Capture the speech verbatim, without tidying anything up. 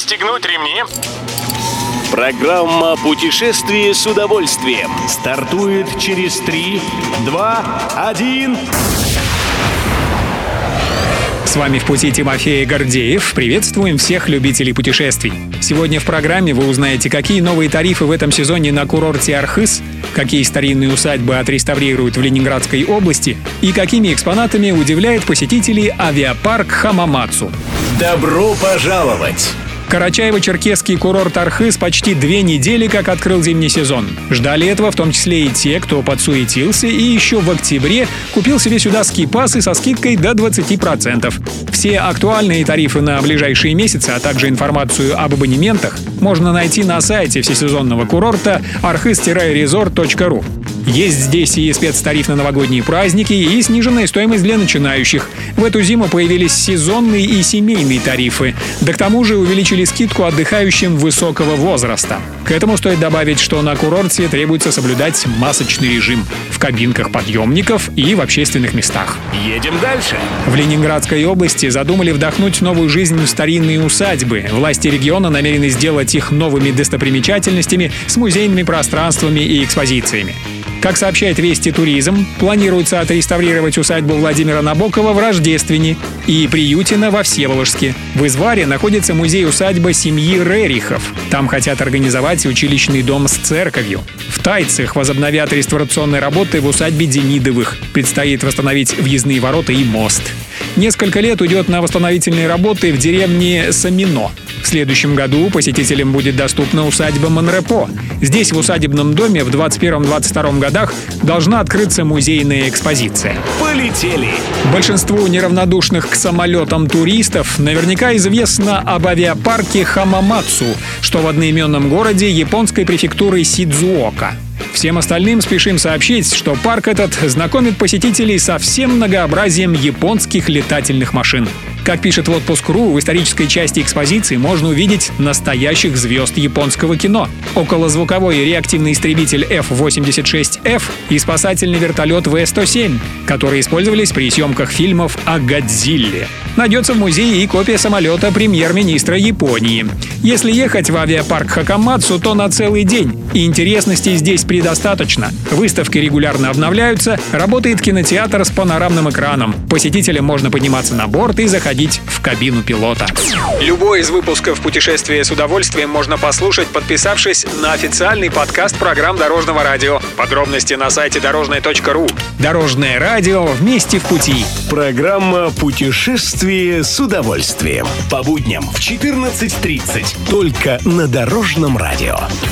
Пристегнуть ремни. Программа «Путешествие с удовольствием» стартует через три, два, один. С вами в пути Тимофей Гордеев. Приветствуем всех любителей путешествий. Сегодня в программе вы узнаете, какие новые тарифы в этом сезоне на курорте Архыз, какие старинные усадьбы отреставрируют в Ленинградской области и какими экспонатами удивляет посетителей авиапарк Хамамацу. Добро пожаловать! Карачаево-Черкесский курорт Архыз почти две недели как открыл зимний сезон. Ждали этого в том числе и те, кто подсуетился и еще в октябре купил себе сюда ски-пасы со скидкой до двадцати процентов. Все актуальные тарифы на ближайшие месяцы, а также информацию об абонементах можно найти на сайте всесезонного курорта архыз резорт точка ру. Есть здесь и спецтариф на новогодние праздники, и сниженная стоимость для начинающих. В эту зиму появились сезонные и семейные тарифы. Да к тому же увеличили скидку отдыхающим высокого возраста. К этому стоит добавить, что на курорте требуется соблюдать масочный режим в кабинках подъемников и в общественных местах. Едем дальше. В Ленинградской области задумали вдохнуть новую жизнь в старинные усадьбы. Власти региона намерены сделать их новыми достопримечательностями с музейными пространствами и экспозициями. Как сообщает «Вести Туризм», планируется отреставрировать усадьбу Владимира Набокова в Рождественне и Приютино во Всеволожске. В Изваре находится музей-усадьба семьи Рерихов. Там хотят организовать училищный дом с церковью. В Тайцах возобновят реставрационные работы в усадьбе Демидовых. Предстоит восстановить въездные ворота и мост. Несколько лет уйдет на восстановительные работы в деревне Самино. В следующем году посетителям будет доступна усадьба Монрепо. Здесь, в усадебном доме, в двадцать первом — двадцать втором годах должна открыться музейная экспозиция. Полетели! Большинству неравнодушных к самолетам туристов наверняка известно об авиапарке Хамамацу, что в одноименном городе японской префектуры Сидзуока. Всем остальным спешим сообщить, что парк этот знакомит посетителей со всем многообразием японских летательных машин. Как пишет в отпуск точка ру, в исторической части экспозиции можно увидеть настоящих звезд японского кино. Околозвуковой реактивный истребитель эф восемьдесят шесть эф и спасательный вертолет вэ сто семь, которые использовались при съемках фильмов о Годзилле. Найдется в музее и копия самолета премьер-министра Японии. Если ехать в авиапарк Хакамацу, то на целый день. И интересностей здесь предостаточно. Выставки регулярно обновляются, работает кинотеатр с панорамным экраном. Посетителям можно подниматься на борт и заходить в кабину пилота. Любой из выпусков «Путешествия с удовольствием» можно послушать, подписавшись на официальный подкаст программ Дорожного радио. Подробности на сайте дорожное точка ру. Дорожное радио, вместе в пути. Программа «Путешествие с удовольствием». По будням в четырнадцать тридцать. Только на Дорожном радио.